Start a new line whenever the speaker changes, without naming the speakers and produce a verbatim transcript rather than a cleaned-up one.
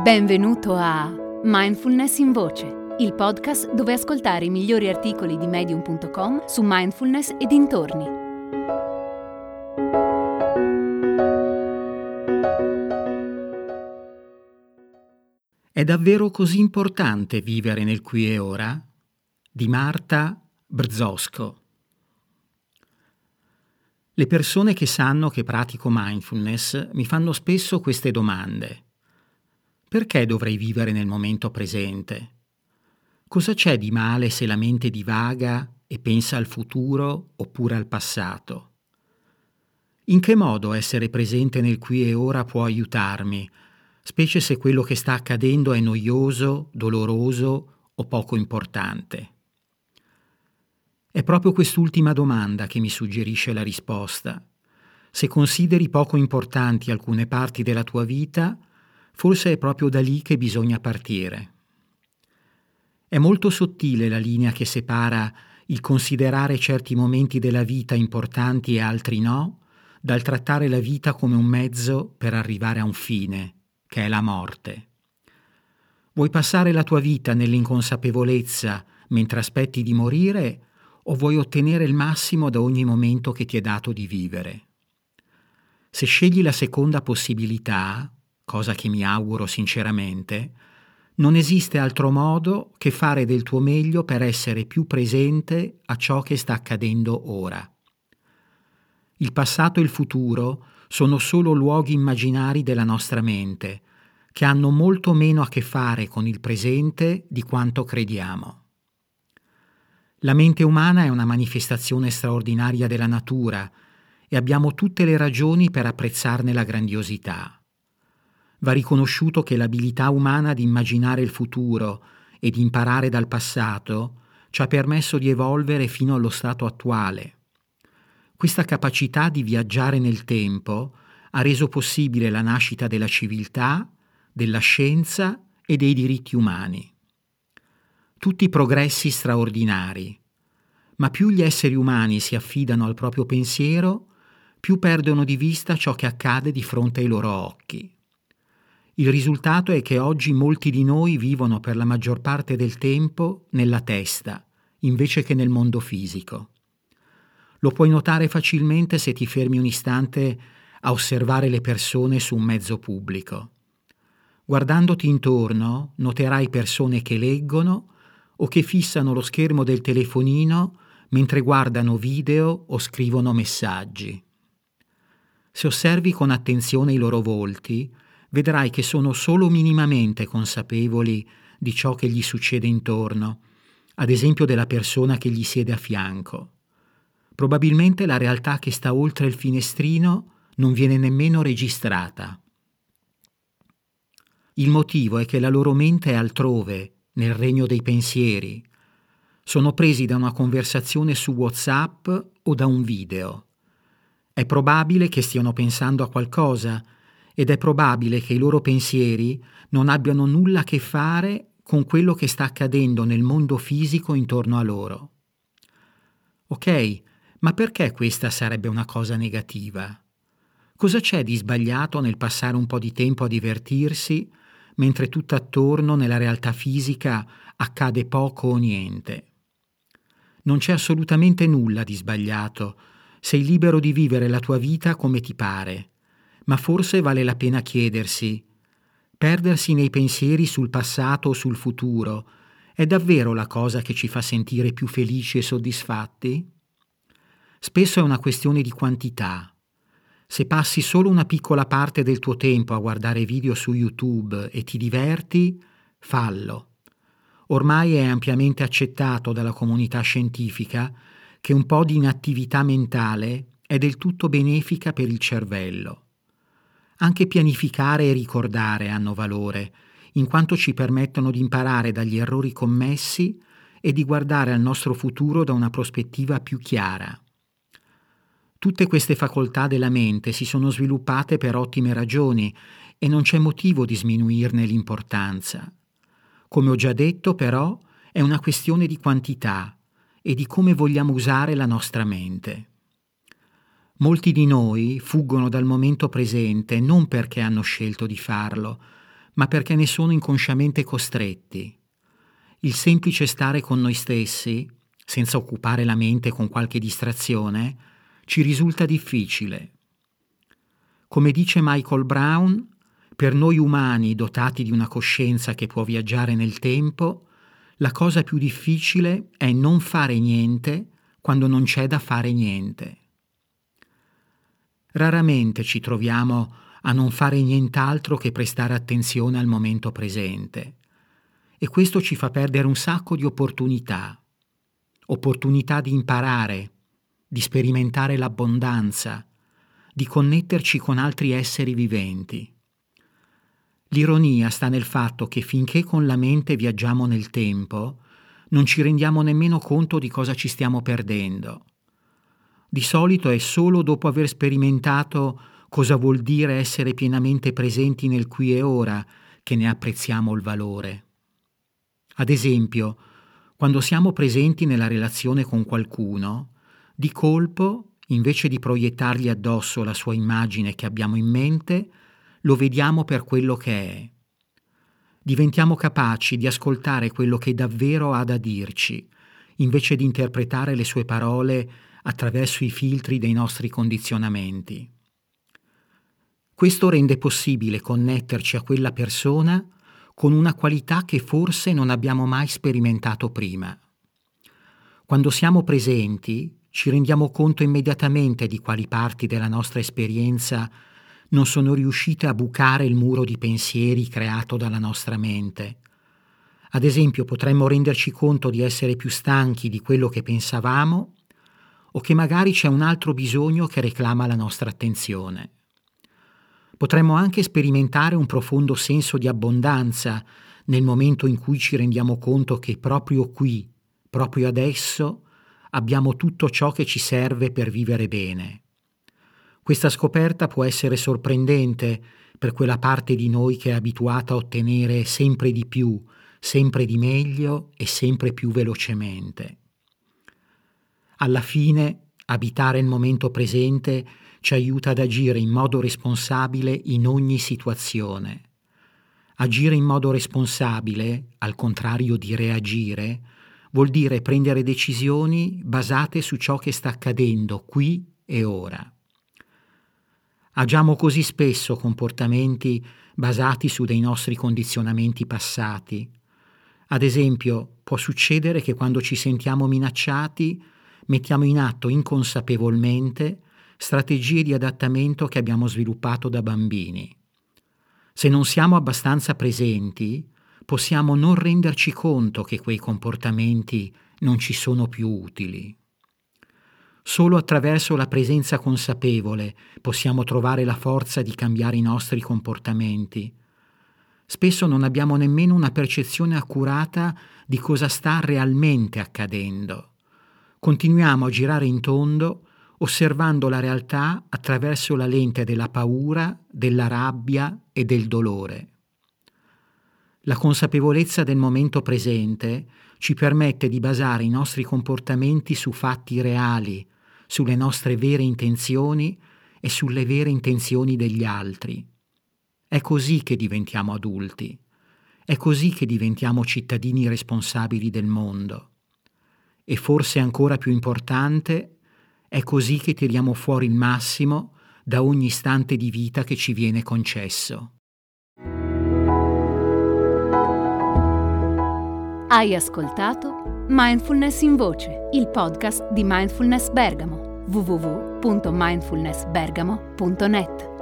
Benvenuto a Mindfulness in Voce, il podcast dove ascoltare i migliori articoli di medium punto com su mindfulness e dintorni.
È davvero così importante vivere nel qui e ora? Di Marta Brzosco. Le persone che sanno che pratico mindfulness mi fanno spesso queste domande. Perché dovrei vivere nel momento presente? Cosa c'è di male se la mente divaga e pensa al futuro oppure al passato? In che modo essere presente nel qui e ora può aiutarmi, specie se quello che sta accadendo è noioso, doloroso o poco importante? È proprio quest'ultima domanda che mi suggerisce la risposta. Se consideri poco importanti alcune parti della tua vita, forse è proprio da lì che bisogna partire. È molto sottile la linea che separa il considerare certi momenti della vita importanti e altri no, dal trattare la vita come un mezzo per arrivare a un fine, che è la morte. Vuoi passare la tua vita nell'inconsapevolezza mentre aspetti di morire o vuoi ottenere il massimo da ogni momento che ti è dato di vivere? Se scegli la seconda possibilità, cosa che mi auguro sinceramente, non esiste altro modo che fare del tuo meglio per essere più presente a ciò che sta accadendo ora. Il passato e il futuro sono solo luoghi immaginari della nostra mente, che hanno molto meno a che fare con il presente di quanto crediamo. La mente umana è una manifestazione straordinaria della natura e abbiamo tutte le ragioni per apprezzarne la grandiosità. Va riconosciuto che l'abilità umana di immaginare il futuro e di imparare dal passato ci ha permesso di evolvere fino allo stato attuale. Questa capacità di viaggiare nel tempo ha reso possibile la nascita della civiltà, della scienza e dei diritti umani. Tutti progressi straordinari, ma più gli esseri umani si affidano al proprio pensiero, più perdono di vista ciò che accade di fronte ai loro occhi. Il risultato è che oggi molti di noi vivono per la maggior parte del tempo nella testa, invece che nel mondo fisico. Lo puoi notare facilmente se ti fermi un istante a osservare le persone su un mezzo pubblico. Guardandoti intorno, noterai persone che leggono o che fissano lo schermo del telefonino mentre guardano video o scrivono messaggi. Se osservi con attenzione i loro volti, vedrai che sono solo minimamente consapevoli di ciò che gli succede intorno, ad esempio della persona che gli siede a fianco. Probabilmente la realtà che sta oltre il finestrino non viene nemmeno registrata. Il motivo è che la loro mente è altrove, nel regno dei pensieri. Sono presi da una conversazione su WhatsApp o da un video. È probabile che stiano pensando a qualcosa ed è probabile che i loro pensieri non abbiano nulla a che fare con quello che sta accadendo nel mondo fisico intorno a loro. Ok, ma perché questa sarebbe una cosa negativa? Cosa c'è di sbagliato nel passare un po' di tempo a divertirsi, mentre tutto attorno nella realtà fisica accade poco o niente? Non c'è assolutamente nulla di sbagliato. Sei libero di vivere la tua vita come ti pare. Ma forse vale la pena chiedersi: perdersi nei pensieri sul passato o sul futuro è davvero la cosa che ci fa sentire più felici e soddisfatti? Spesso è una questione di quantità. Se passi solo una piccola parte del tuo tempo a guardare video su YouTube e ti diverti, fallo. Ormai è ampiamente accettato dalla comunità scientifica che un po' di inattività mentale è del tutto benefica per il cervello. Anche pianificare e ricordare hanno valore, in quanto ci permettono di imparare dagli errori commessi e di guardare al nostro futuro da una prospettiva più chiara. Tutte queste facoltà della mente si sono sviluppate per ottime ragioni e non c'è motivo di sminuirne l'importanza. Come ho già detto, però, è una questione di quantità e di come vogliamo usare la nostra mente. Molti di noi fuggono dal momento presente non perché hanno scelto di farlo, ma perché ne sono inconsciamente costretti. Il semplice stare con noi stessi, senza occupare la mente con qualche distrazione, ci risulta difficile. Come dice Michael Brown, per noi umani dotati di una coscienza che può viaggiare nel tempo, la cosa più difficile è non fare niente quando non c'è da fare niente. Raramente ci troviamo a non fare nient'altro che prestare attenzione al momento presente, e questo ci fa perdere un sacco di opportunità, opportunità di imparare, di sperimentare l'abbondanza, di connetterci con altri esseri viventi. L'ironia sta nel fatto che finché con la mente viaggiamo nel tempo, non ci rendiamo nemmeno conto di cosa ci stiamo perdendo. Di solito è solo dopo aver sperimentato cosa vuol dire essere pienamente presenti nel qui e ora che ne apprezziamo il valore. Ad esempio, quando siamo presenti nella relazione con qualcuno, di colpo, invece di proiettargli addosso la sua immagine che abbiamo in mente, lo vediamo per quello che è. Diventiamo capaci di ascoltare quello che davvero ha da dirci, invece di interpretare le sue parole attraverso i filtri dei nostri condizionamenti. Questo rende possibile connetterci a quella persona con una qualità che forse non abbiamo mai sperimentato prima. Quando siamo presenti, ci rendiamo conto immediatamente di quali parti della nostra esperienza non sono riuscite a bucare il muro di pensieri creato dalla nostra mente. Ad esempio, potremmo renderci conto di essere più stanchi di quello che pensavamo, o che magari c'è un altro bisogno che reclama la nostra attenzione. Potremmo anche sperimentare un profondo senso di abbondanza nel momento in cui ci rendiamo conto che proprio qui, proprio adesso, abbiamo tutto ciò che ci serve per vivere bene. Questa scoperta può essere sorprendente per quella parte di noi che è abituata a ottenere sempre di più, sempre di meglio e sempre più velocemente. Alla fine, abitare il momento presente ci aiuta ad agire in modo responsabile in ogni situazione. Agire in modo responsabile, al contrario di reagire, vuol dire prendere decisioni basate su ciò che sta accadendo qui e ora. Agiamo così spesso comportamenti basati su dei nostri condizionamenti passati. Ad esempio, può succedere che quando ci sentiamo minacciati mettiamo in atto inconsapevolmente strategie di adattamento che abbiamo sviluppato da bambini. Se non siamo abbastanza presenti, possiamo non renderci conto che quei comportamenti non ci sono più utili. Solo attraverso la presenza consapevole possiamo trovare la forza di cambiare i nostri comportamenti. Spesso non abbiamo nemmeno una percezione accurata di cosa sta realmente accadendo. Continuiamo a girare in tondo, osservando la realtà attraverso la lente della paura, della rabbia e del dolore. La consapevolezza del momento presente ci permette di basare i nostri comportamenti su fatti reali, sulle nostre vere intenzioni e sulle vere intenzioni degli altri. È così che diventiamo adulti. È così che diventiamo cittadini responsabili del mondo. E forse ancora più importante, è così che tiriamo fuori il massimo da ogni istante di vita che ci viene concesso.
Hai ascoltato Mindfulness in Voce, il podcast di Mindfulness Bergamo, w w w punto mindfulness bergamo punto net.